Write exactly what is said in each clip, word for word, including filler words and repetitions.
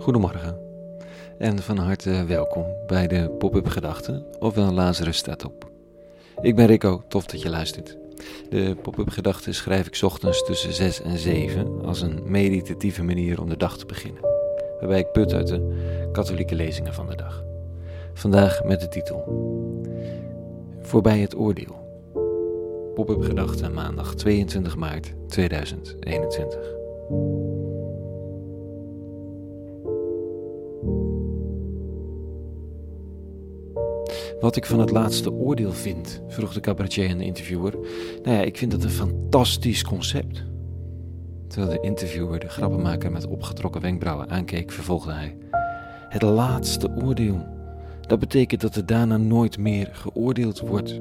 Goedemorgen en van harte welkom bij de Pop-up Gedachten, ofwel Lazarus staat op. Ik ben Rico, tof dat je luistert. De Pop-up Gedachten schrijf ik 's ochtends tussen zes en zeven als een meditatieve manier om de dag te beginnen, waarbij ik put uit de katholieke lezingen van de dag. Vandaag met de titel Voorbij het oordeel. Pop-up Gedachten maandag tweeëntwintig maart tweeduizend eenentwintig. Wat ik van het laatste oordeel vind, vroeg de cabaretier aan de interviewer. Nou ja, ik vind dat een fantastisch concept. Terwijl de interviewer de grappenmaker met opgetrokken wenkbrauwen aankeek, vervolgde hij. Het laatste oordeel. Dat betekent dat er daarna nooit meer geoordeeld wordt.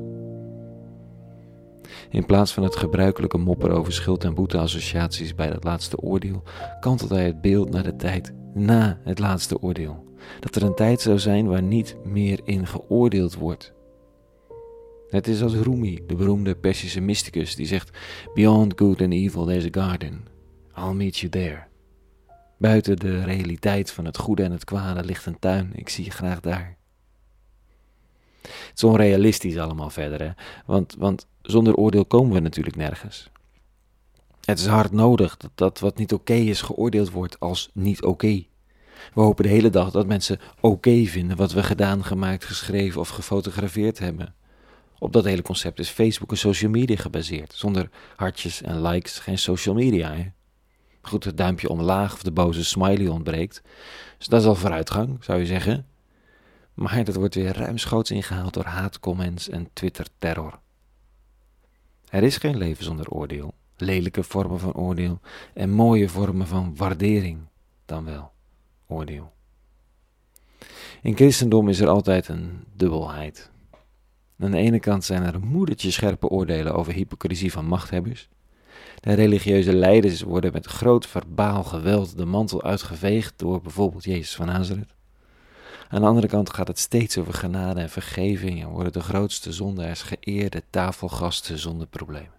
In plaats van het gebruikelijke mopperen over schuld- en boeteassociaties bij dat laatste oordeel, kantelt hij het beeld naar de tijd na het laatste oordeel. Dat er een tijd zou zijn waar niet meer in geoordeeld wordt. Het is als Rumi, de beroemde Persische mysticus, die zegt: Beyond good and evil there's a garden. I'll meet you there. Buiten de realiteit van het goede en het kwade ligt een tuin. Ik zie je graag daar. Het is onrealistisch allemaal verder, hè? Want, want zonder oordeel komen we natuurlijk nergens. Het is hard nodig dat dat wat niet oké is geoordeeld wordt als niet oké. We hopen de hele dag dat mensen oké vinden wat we gedaan, gemaakt, geschreven of gefotografeerd hebben. Op dat hele concept is Facebook en social media gebaseerd. Zonder hartjes en likes geen social media. Hè? Goed, het duimpje omlaag of de boze smiley ontbreekt. Dus dat is al vooruitgang, zou je zeggen. Maar dat wordt weer ruimschoots ingehaald door haatcomments en Twitter-terror. Er is geen leven zonder oordeel. Lelijke vormen van oordeel en mooie vormen van waardering dan wel. Oordeel. In christendom is er altijd een dubbelheid. Aan de ene kant zijn er moedertje scherpe oordelen over hypocrisie van machthebbers. De religieuze leiders worden met groot verbaal geweld de mantel uitgeveegd door bijvoorbeeld Jezus van Nazareth. Aan de andere kant gaat het steeds over genade en vergeving en worden de grootste zondaars geëerde tafelgasten zonder problemen.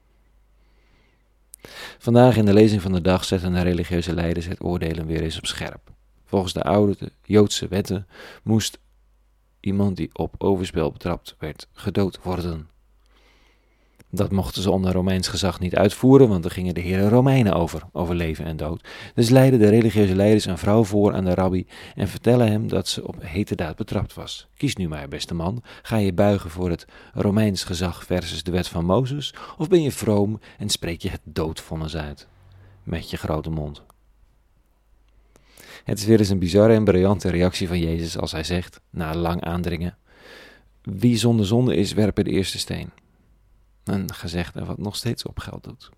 Vandaag in de lezing van de dag zetten de religieuze leiders het oordelen weer eens op scherp. Volgens de oude de Joodse wetten moest iemand die op overspel betrapt werd gedood worden. Dat mochten ze onder Romeins gezag niet uitvoeren, want er gingen de heren Romeinen over, over leven en dood. Dus leidden de religieuze leiders een vrouw voor aan de rabbi en vertellen hem dat ze op heterdaad betrapt was. Kies nu maar, beste man, ga je buigen voor het Romeins gezag versus de wet van Mozes, of ben je vroom en spreek je het doodvonnis uit, met je grote mond. Het is weer eens een bizarre en briljante reactie van Jezus als hij zegt, na lang aandringen: wie zonder zonde is, werpen de eerste steen. Een gezegde wat nog steeds op geld doet.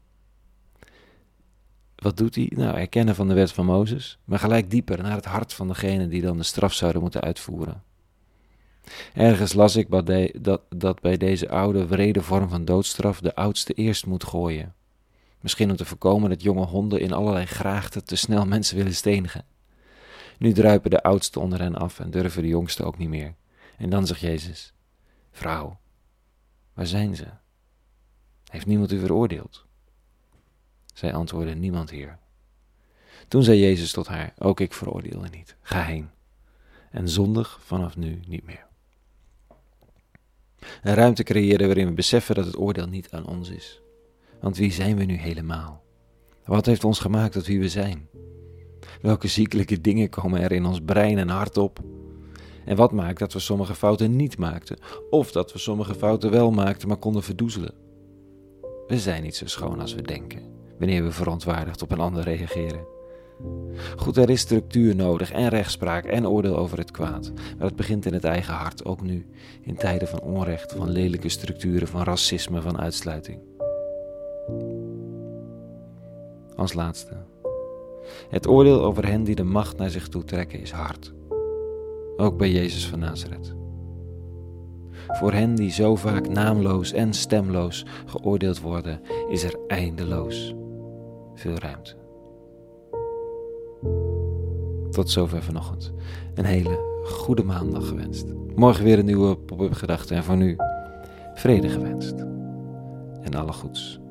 Wat doet hij? Nou, erkennen van de wet van Mozes, maar gelijk dieper naar het hart van degene die dan de straf zouden moeten uitvoeren. Ergens las ik dat, dat bij deze oude, wrede vorm van doodstraf de oudste eerst moet gooien. Misschien om te voorkomen dat jonge honden in allerlei graagten te snel mensen willen stenigen. Nu druipen de oudsten onder hen af en durven de jongsten ook niet meer. En dan zegt Jezus: vrouw, waar zijn ze? Heeft niemand u veroordeeld? Zij antwoordde: niemand, Heer. Toen zei Jezus tot haar: ook ik veroordeel u niet. Ga heen en zondig vanaf nu niet meer. Een ruimte creëren waarin we beseffen dat het oordeel niet aan ons is. Want wie zijn we nu helemaal? Wat heeft ons gemaakt tot wie we zijn? Welke ziekelijke dingen komen er in ons brein en hart op? En wat maakt dat we sommige fouten niet maakten? Of dat we sommige fouten wel maakten, maar konden verdoezelen? We zijn niet zo schoon als we denken, wanneer we verontwaardigd op een ander reageren. Goed, er is structuur nodig en rechtspraak en oordeel over het kwaad. Maar het begint in het eigen hart, ook nu, in tijden van onrecht, van lelijke structuren, van racisme, van uitsluiting. Als laatste. Het oordeel over hen die de macht naar zich toe trekken is hard. Ook bij Jezus van Nazareth. Voor hen die zo vaak naamloos en stemloos geoordeeld worden, is er eindeloos veel ruimte. Tot zover vanochtend. Een hele goede maandag gewenst. Morgen weer een nieuwe pop-up gedachte en voor nu vrede gewenst. En alle goeds.